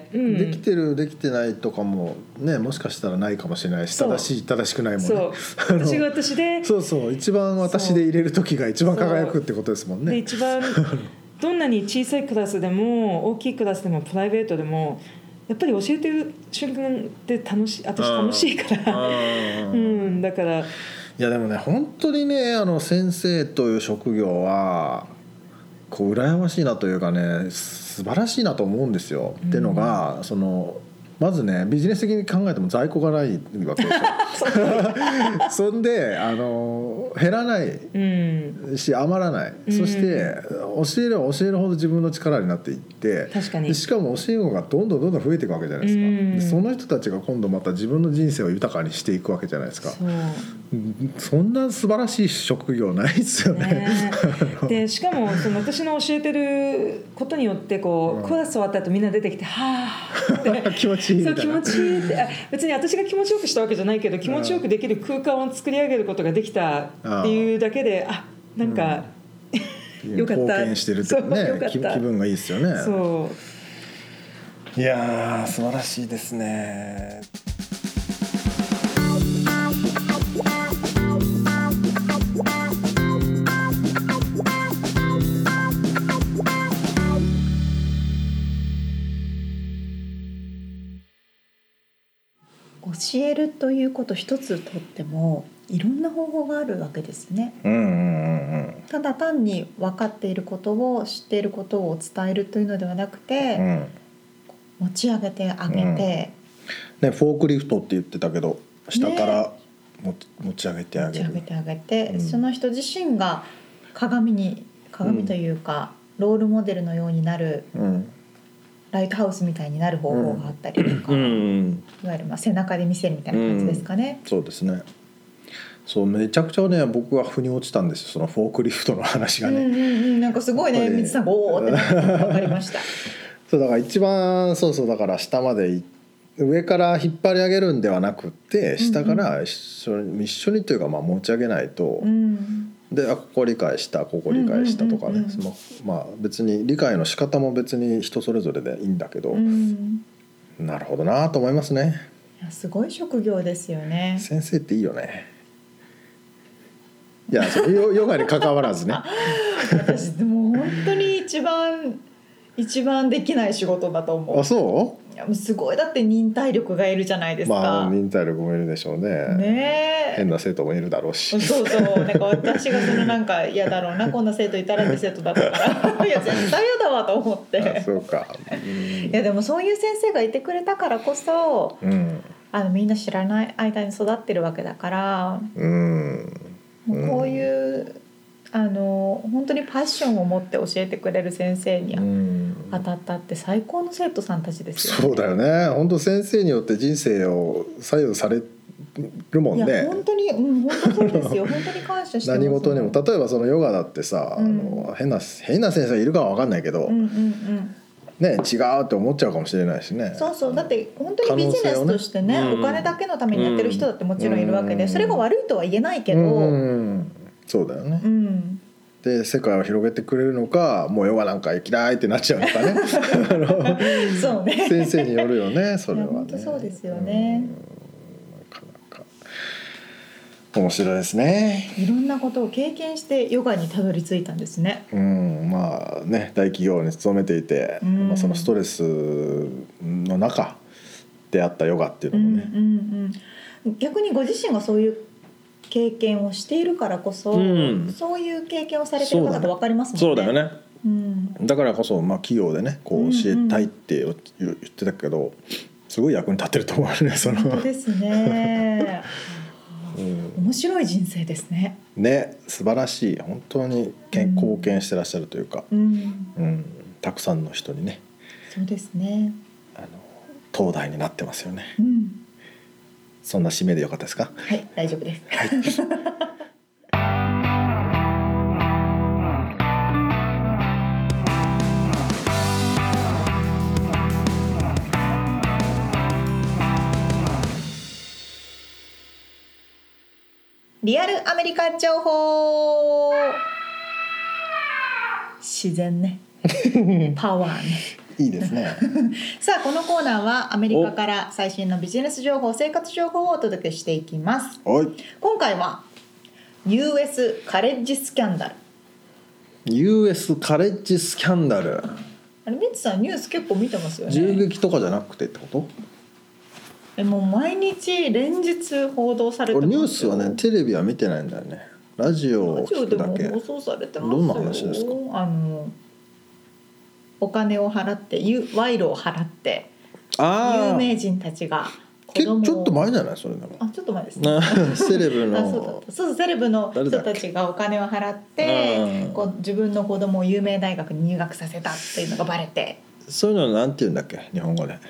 Speaker 2: できてるできてないとかもね、もしかしたらないかもしれないし、正しい正しくないもんね。
Speaker 3: そう私が私で
Speaker 2: そう一番私で入れる時が一番輝くってことですもんね。
Speaker 3: で一番どんなに小さいクラスでも大きいクラスでもプライベートでも、やっぱり教えてる瞬間って私楽しいからだから、
Speaker 2: いやでもね、本当にね、先生という職業はこう羨ましいなというかね、素晴らしいなと思うんですよ。っていうのが、そのまずね、ビジネス的に考えても在庫がないわけですよそんで減らないし余らない、そして教えれば教えるほど自分の力になっていって、でしかも教え子がどんどん増えていくわけじゃないですか。でその人たちが今度また自分の人生を豊かにしていくわけじゃないですか。そんな素晴らしい職業ないですよね
Speaker 3: でしかもその私の教えてることによってこう、クラス終わった後みんな出てきてはぁって
Speaker 2: 気持ちいいみたいな、
Speaker 3: そう気持ちいいって、別に私が気持ちよくしたわけじゃないけど、気持ちよくできる空間を作り上げることができたっていうだけで、なんか、よかった、
Speaker 2: 貢献してるってね、気分がいいですよね。いやー素晴らしいですね。
Speaker 1: 教ええるということ一つとってもいろんな方法があるわけですね。ただ単に分かっていることを知っていることを伝えるというのではなくて、持ち上げてあげて、
Speaker 2: ね、フォークリフトって言ってたけど下から持ち上げてあげる、
Speaker 1: その人自身が鏡というか、ロールモデルのようになる、ライトハウスみたいになる方法があったりとか、いわゆる背中で見せるみたいな感じですかね。
Speaker 2: そうですね。そうめちゃくちゃね僕は腑に落ちたんですよ、そのフォークリフトの話がね。
Speaker 1: なんかすごいね、水さんがおーって分かりました。
Speaker 2: そうだから一番だから下まで上から引っ張り上げるんではなくて下から一緒にというか持ち上げないと、でここ理解したここ理解したとかね、別に理解の仕方も別に人それぞれでいいんだけど、なるほどなと思いますね。
Speaker 1: いやすごい職業ですよね。
Speaker 2: 先生っていいよね。いやヨガに関わらずね
Speaker 1: 私でも本当に一番できない仕事だと思う。
Speaker 2: あ、そう？
Speaker 1: いやすごい、だって忍耐力がいるじゃないですか。
Speaker 2: 忍耐力もいるでしょうね。変な生徒もいるだろうし。
Speaker 1: そうなんか私がなんか嫌だろうなこんな生徒いたらって生徒だったからいや絶対嫌だわと思って。
Speaker 2: そうか。
Speaker 1: いやでもそういう先生がいてくれたからこそ、みんな知らない間に育ってるわけだから、もうこういう本当にパッションを持って教えてくれる先生に当たったって最高の生徒さんたちですよね。
Speaker 2: そうだよね。本当先生によって人生を左右されるもんね。
Speaker 1: いや本当に、本当そうですよ。本当に感謝してます。
Speaker 2: 何事にも例えばそのヨガだってさ、変な先生いるかは分かんないけど、ね、違うって思っちゃうかもしれないしね。
Speaker 1: そうだって本当にビジネスとしてね、お金だけのためにやってる人だってもちろんいるわけで、それが悪いとは言えないけど、
Speaker 2: そうだよね。で世界を広げてくれるのか、もうヨガなんか嫌いってなっちゃうのかね
Speaker 1: そうね
Speaker 2: 先生によるよね、それはね。
Speaker 1: 本当そうですよね。
Speaker 2: なかなか面白いですね。
Speaker 1: いろんなことを経験してヨガにたどり着いたんですね。
Speaker 2: 大企業に勤めていて、そのストレスの中であったヨガっていうのもね、
Speaker 1: 逆にご自身がそういう経験をしているからこそ、そういう経験をされてる方と分かりますもんね。
Speaker 2: そうだよね。だからこそ企業でねこう教えたいって言ってたけど、すごい役に立ってると思うね。
Speaker 1: 本当ですね。面白い人生ですね。
Speaker 2: ね、素晴らしい。本当に貢献してらっしゃるというか、たくさんの人にね。
Speaker 1: そうですね。
Speaker 2: 東大になってますよね。そんな締めでよかったですか？
Speaker 1: はい、大丈夫です。リアルアメリカ情報。自然ね。パワーね。
Speaker 2: いいですね。
Speaker 1: さあこのコーナーはアメリカから最新のビジネス情報、生活情報をお届けしていきます。今回は US カレッジスキャンダル。
Speaker 2: US カレッジスキャンダル。
Speaker 1: あれミツさんニュース結構見てますよね。
Speaker 2: 銃撃とかじゃなくてってこと？
Speaker 1: もう毎日連日報道されてますよ。
Speaker 2: ニュースはねテレビは見てないんだよね。ラジオを聞くだけ。
Speaker 1: ラジオでも放送されてますよ。
Speaker 2: どんな話ですか？
Speaker 1: お金を払って賄賂を払って有名人たちが子供を
Speaker 2: ちょっと前じゃないそれでも。
Speaker 1: ちょっと前ですね。
Speaker 2: セレブの
Speaker 1: そうセレブの人たちがお金を払って自分の子供を有名大学に入学させたっていうのがバレて。
Speaker 2: そういうのなんて言うんだっけ日本語で。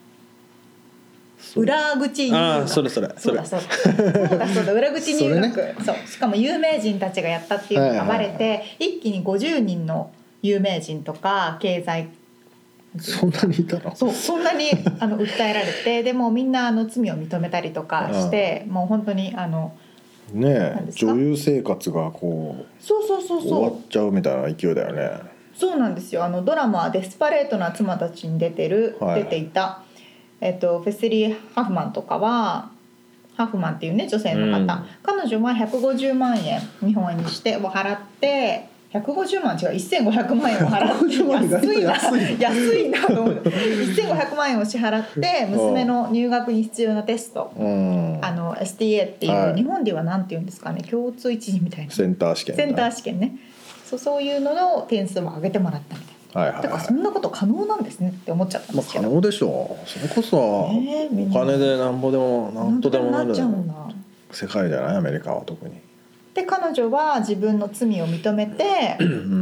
Speaker 1: 裏口入学。
Speaker 2: それ
Speaker 1: そうだ裏口入学、ね、そうしかも有名人たちがやったっていうのがバレて、一気に50人の有名人とか経済
Speaker 2: そんなにいたの？
Speaker 1: そんなに訴えられてでもみんな罪を認めたりとかしてもう本当に
Speaker 2: ね女優生活がこう終わっちゃうみたいな勢いだよね。
Speaker 1: そうなんですよ。ドラマ「デスパレートな妻たち」に出ていた、フェセリー・ハフマンとかはハフマンっていうね女性の方、彼女は150万円日本円にして払って 150万違う1500万円を払って
Speaker 2: 150万
Speaker 1: 安いなと思う1500万円を支払って娘の入学に必要なテスト、STA っていう、はい、日本ではなんていうんですかね、共通一次みたいな
Speaker 2: センター試験
Speaker 1: ね、そういうのの点数を上げてもらったみたいな。だからそんなこと可能なんですねって思っちゃったんですけど、
Speaker 2: 可能でしょう。それこそお金でなんぼでもなんとでもなる世界じゃない、アメリカは特に。
Speaker 1: で彼女は自分の罪を認めて、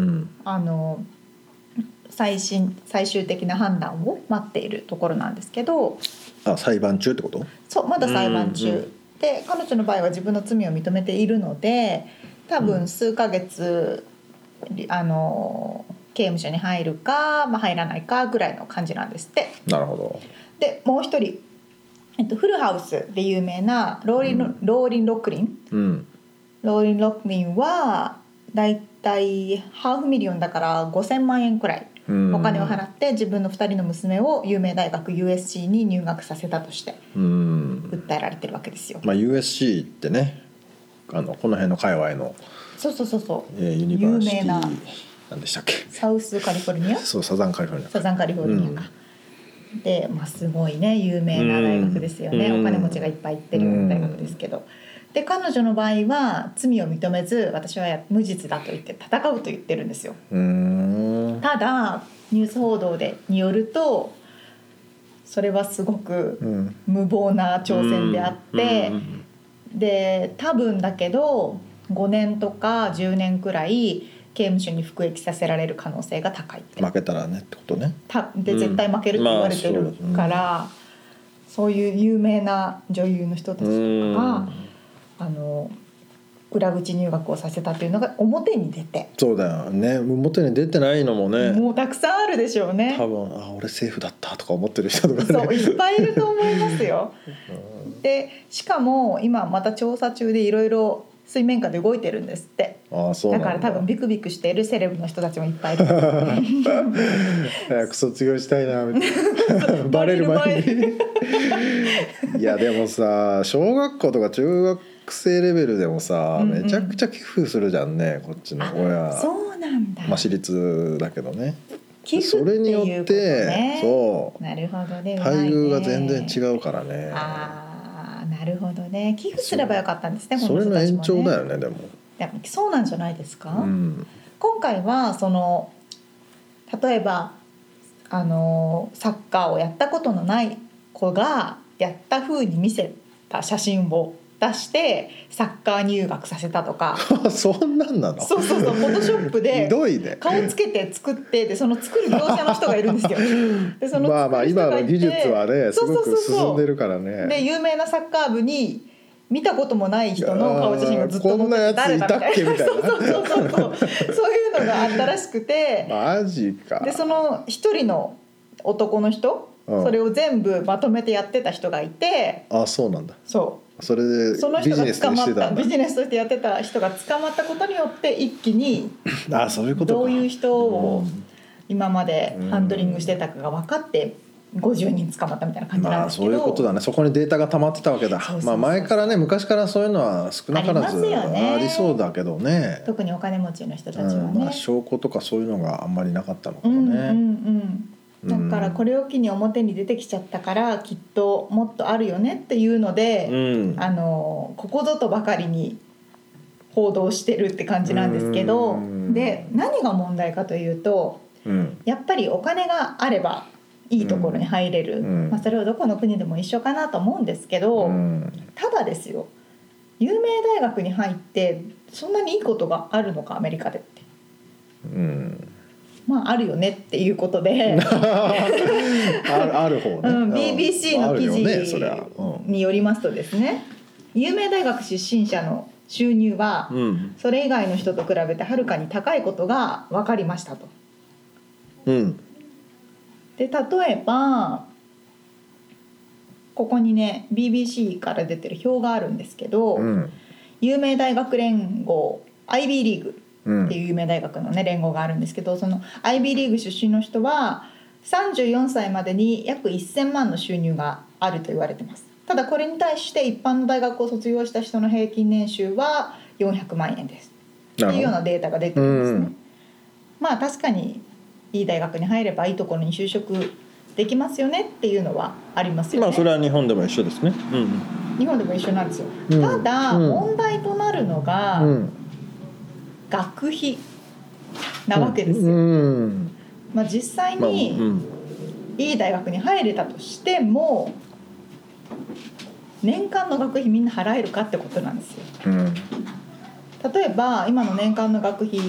Speaker 1: 最終的な判断を待っているところなんですけど。
Speaker 2: 裁判中ってこと？
Speaker 1: そう、まだ裁判中、で彼女の場合は自分の罪を認めているので、多分数ヶ月、刑務所に入るか、入らないかぐらいの感じなんですって。
Speaker 2: なるほど。
Speaker 1: でもう一人、フルハウスで有名なローリン・ロックリン、ローリン・ロックリンはだいたい500,000だから5000万円くらいお金を払って自分の2人の娘を有名大学 USC に入学させたとして訴えられてるわけですよ。
Speaker 2: USC ってね、この辺の界隈の
Speaker 1: そう
Speaker 2: ユニバーシティ
Speaker 1: 有名な
Speaker 2: 何でしたっけ、
Speaker 1: サウスカリフォルニア、
Speaker 2: そうサザンカリフォルニア
Speaker 1: か、で、すごいね有名な大学ですよね、お金持ちがいっぱい行ってるような大学ですけど、で彼女の場合は罪を認めず、私は無実だと言って戦うと言ってるんですよ。ただニュース報道によると、それはすごく無謀な挑戦であって、で多分だけど5年とか10年くらい刑務所に服役させられる可能性が高いって。
Speaker 2: 負けたらねってことね。
Speaker 1: で絶対負けるって言われてるから、そういう有名な女優の人たちとかが裏口入学をさせたというのが表に出て。
Speaker 2: そうだよね、表に出てないのもね、
Speaker 1: もうたくさんあるでしょうね。
Speaker 2: 多分俺セーフだったとか思ってる人とかね、
Speaker 1: そういっぱいいると思いますよでしかも今また調査中でいろいろ水面下で動いてるんですって。
Speaker 2: そうなんだ。
Speaker 1: だから多分ビクビクしているセレブの人たちもいっぱいいる
Speaker 2: 早く卒業したいなみたいなバレる前にいやでもさ、小学校とか中学生レベルでもさ、めちゃくちゃ寄付するじゃんね、こっちの親。
Speaker 1: そうなんだ。
Speaker 2: 私立だけどね、
Speaker 1: 寄付っていうことね。それによって
Speaker 2: そう、
Speaker 1: なるほどね、
Speaker 2: 待遇が全然違うからね。
Speaker 1: なるほどね、寄付すればよかったんですね、
Speaker 2: それの延長だよね。でも
Speaker 1: そうなんじゃないですか、今回は例えばサッカーをやったことのない子がやった風に見せた写真を出してサッカー入学させたとか
Speaker 2: そんなんなの？
Speaker 1: そうフォトショップで顔つけて作って、でその作る業者の人がいるんですよでその
Speaker 2: 今の技術はねすごく進んでるからね。
Speaker 1: で有名なサッカー部に見たこともない人の顔写真がずっと載ってて、
Speaker 2: 誰だみたいな、そう
Speaker 1: いうのがあったらしくて
Speaker 2: マジか。
Speaker 1: でその一人の男の人、それを全部まとめてやってた人がいて、
Speaker 2: そうなんだ。
Speaker 1: そ
Speaker 2: れでビジネスとしてたんだ。
Speaker 1: ビジネスとしてやってた人が捕まったことによって一気に
Speaker 2: そういうことか、
Speaker 1: どういう人を今までハンドリングしてたかが分かって50人捕まったみたいな感じなんですけど、
Speaker 2: そういうことだね。そこにデータが溜まってたわけだ。前からね、昔からそういうのは少なからずありそうだけどね。
Speaker 1: 特にお金持ちの人たちはね、
Speaker 2: 証拠とかそういうのがあんまりなかったのかもね。
Speaker 1: だからこれを機に表に出てきちゃったから、きっともっとあるよねっていうので、ここぞとばかりに報道してるって感じなんですけど、で何が問題かというと、やっぱりお金があればいいところに入れる、それはどこの国でも一緒かなと思うんですけど、ただですよ、有名大学に入ってそんなにいいことがあるのかアメリカでって、あるよねっていうことで
Speaker 2: ある方ね、
Speaker 1: BBC の記事によりますとですね、有名大学出身者の収入はそれ以外の人と比べてはるかに高いことが分かりましたと。で例えばここにね BBC から出てる表があるんですけど、有名大学連合 IB リーグっていう有名大学のね連合があるんですけど、その IB リーグ出身の人は34歳までに約1000万の収入があると言われてます。ただこれに対して一般の大学を卒業した人の平均年収は400万円ですっていうようなデータが出てるんですね。 まあ確かにいい大学に入ればいいところに就職できますよねっていうのはありますよね。
Speaker 2: まあそれは日本でも一緒ですね、うん、
Speaker 1: 日本でも一緒なんですよ、ただ、問題となるのが、学費なわけですよ、まあ、実際にいい大学に入れたとしても年間の学費みんな払えるかってことなんですよ、例えば今の年間の学費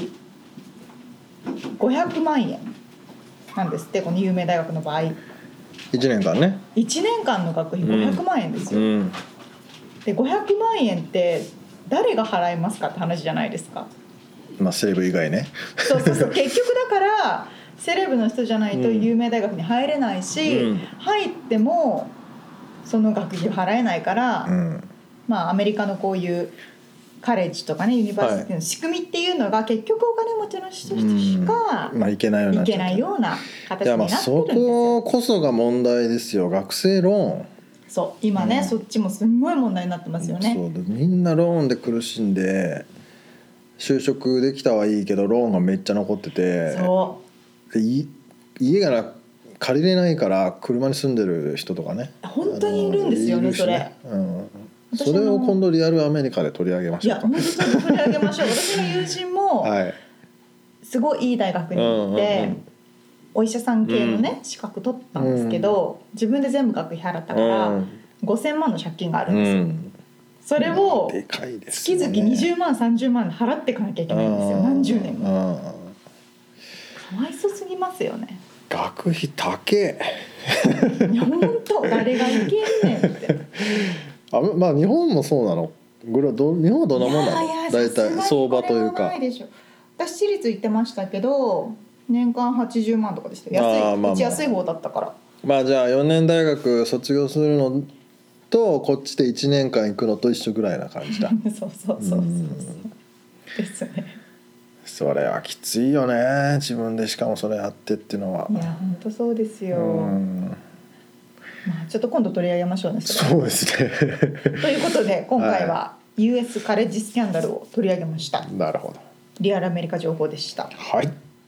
Speaker 1: 500万円なんですって、この有名大学の場合1
Speaker 2: 年間ね、
Speaker 1: 1年間の学費500万円ですよ、で500万円って誰が払いますかって話じゃないですか。
Speaker 2: まあセレブ以外ね。
Speaker 1: そう結局だからセレブの人じゃないと有名大学に入れないし、入ってもその学費を払えないから、まあアメリカのこういうカレッジとかねユニバーシティの仕組みっていうのが結局お金持ちの人しかいけないような形になってるんですよ。
Speaker 2: そここそが問題ですよ、学生ローン。
Speaker 1: そう今ね、そっちもすんごい問題になってますよね。
Speaker 2: そうみんなローンで苦しんで就職できたはいいけどローンがめっちゃ残ってて、そう家が借りれないから車に住んでる人とかね
Speaker 1: 本当にいるんですよね、それ、
Speaker 2: それを今度リアルアメリカで取り上げましょうか。
Speaker 1: いや本当に取り上げましょう。私の友人もすごいいい大学に行って、お医者さん系のね、資格取ったんですけど、自分で全部学費払ったから、5000万の借金があるんですよ、それを月々20万30万払っていかなきゃいけないんですよ、何十年も。かわいそすぎますよね。
Speaker 2: 学費高え。
Speaker 1: いや本当誰がいけんねんって
Speaker 2: まあ日本もそうなの。日本はどんなもんなの？大体相場というか。
Speaker 1: 私私立行ってましたけど年間80万とかでした。うち安い方だったから。
Speaker 2: まあじゃあ4年大学卒業するのとこっちで1年間行くのと一緒ぐらいな感じだ。
Speaker 1: そうですね。
Speaker 2: それはきついよね、自分でしかもそれやってっていうのは。
Speaker 1: いや本当そうですよ、まあ、ちょっと今度取り上げましょうね。
Speaker 2: そうですね
Speaker 1: ということで今回は US カレッジスキャンダルを取り上げました。
Speaker 2: なるほど。
Speaker 1: リアルアメリカ情報でした。
Speaker 2: はい。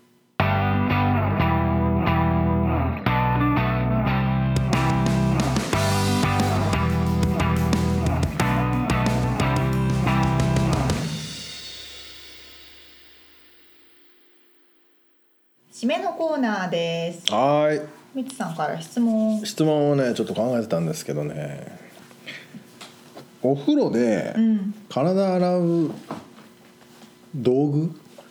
Speaker 1: 締めのコーナーです。
Speaker 2: はい。
Speaker 1: みつさんから質問
Speaker 2: をねちょっと考えてたんですけどね、お風呂で体洗う道具、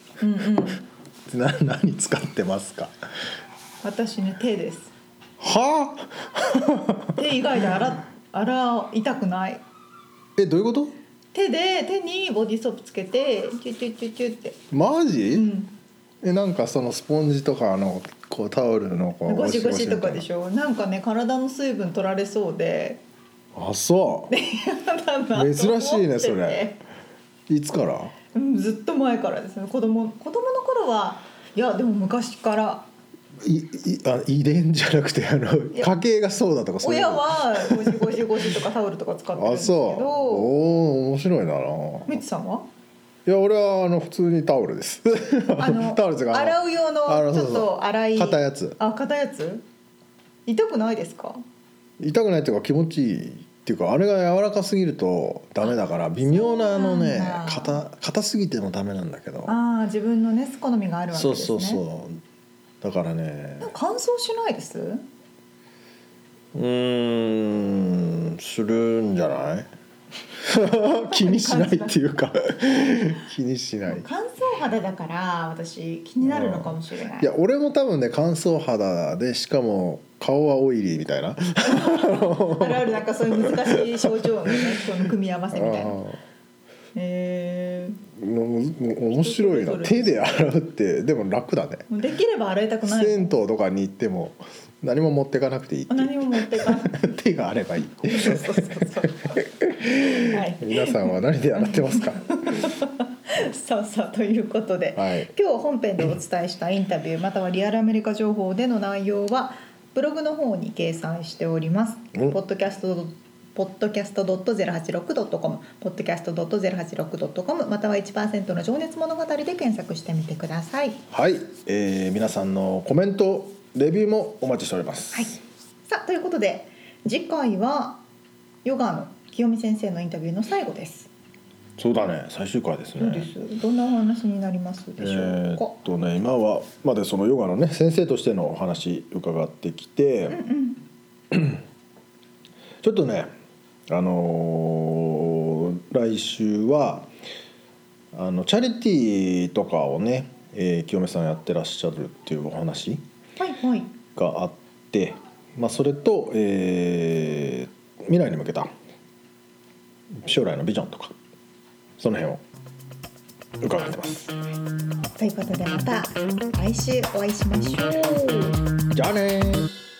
Speaker 2: 何使ってますか？
Speaker 1: 私ね手です。
Speaker 2: は
Speaker 1: あ？手以外で洗いたくない。
Speaker 2: どういうこと？
Speaker 1: 手にボディーソープつけてチュチュチュチュって。
Speaker 2: マジ？なんかそのスポンジとかこうタオルのこう
Speaker 1: ゴシゴシとかでしょ。なんかね体の水分取られそうで。
Speaker 2: あ、そう珍しいねそれ。いつから？
Speaker 1: ずっと前からですね。子供の頃はいやでも昔から
Speaker 2: 遺伝じゃなくて家系がそうだとかそういう。
Speaker 1: 親はゴシとかタオルとか使ってるんですけど。
Speaker 2: あ、そう。お面白いな。
Speaker 1: みつさんは？
Speaker 2: いや俺は普通にタオルです。タオルが
Speaker 1: 洗う用のちょっと粗い
Speaker 2: 硬いやつ。
Speaker 1: 硬いやつ？痛くないですか？
Speaker 2: 痛くないっていうか気持ちいいっていうか、あれが柔らかすぎるとダメだから微妙な硬すぎてもダメなんだけど。
Speaker 1: 自分のね好みがあるわけですね。
Speaker 2: そうだからね。
Speaker 1: 乾燥しないです？
Speaker 2: するんじゃない？気にしないっていうか気にしない。
Speaker 1: 乾燥肌だから私気になるのかもしれない。
Speaker 2: いや俺も多分ね乾燥肌でしかも顔はオイリーみたいな
Speaker 1: あるなんかそういう難しい症状のね人の組み合わせみたいな。
Speaker 2: 面白いな。手で洗うってでも楽だね。
Speaker 1: できれば洗いたくない。
Speaker 2: 銭湯とかに行っても何も持ってかなくていいって。
Speaker 1: 何も持ってかなくて
Speaker 2: 手があればいい。
Speaker 1: そうはい、
Speaker 2: 皆さんは何で洗ってますか？
Speaker 1: さあということで、今日本編でお伝えしたインタビューまたはリアルアメリカ情報での内容はブログの方に掲載しております。podcast.com/ podcast.086.com podcast.086.com または 1% の情熱物語で検索してみてください。
Speaker 2: はい、皆さんのコメントレビューもお待ちしております。
Speaker 1: はい、さあということで次回はヨガの清美先生のインタビューの最後です。
Speaker 2: そうだね、最終回ですね。
Speaker 1: そうです。どんなお話になりますでしょうか。
Speaker 2: 今はまだそのヨガのね先生としてのお話伺ってきて、ちょっとね来週はチャリティーとかをね、清美さんやってらっしゃるっていうお話があって、それと、未来に向けた将来のビジョンとかその辺を伺ってます。
Speaker 1: ということでまた来週お会いしましょう。
Speaker 2: じゃあね。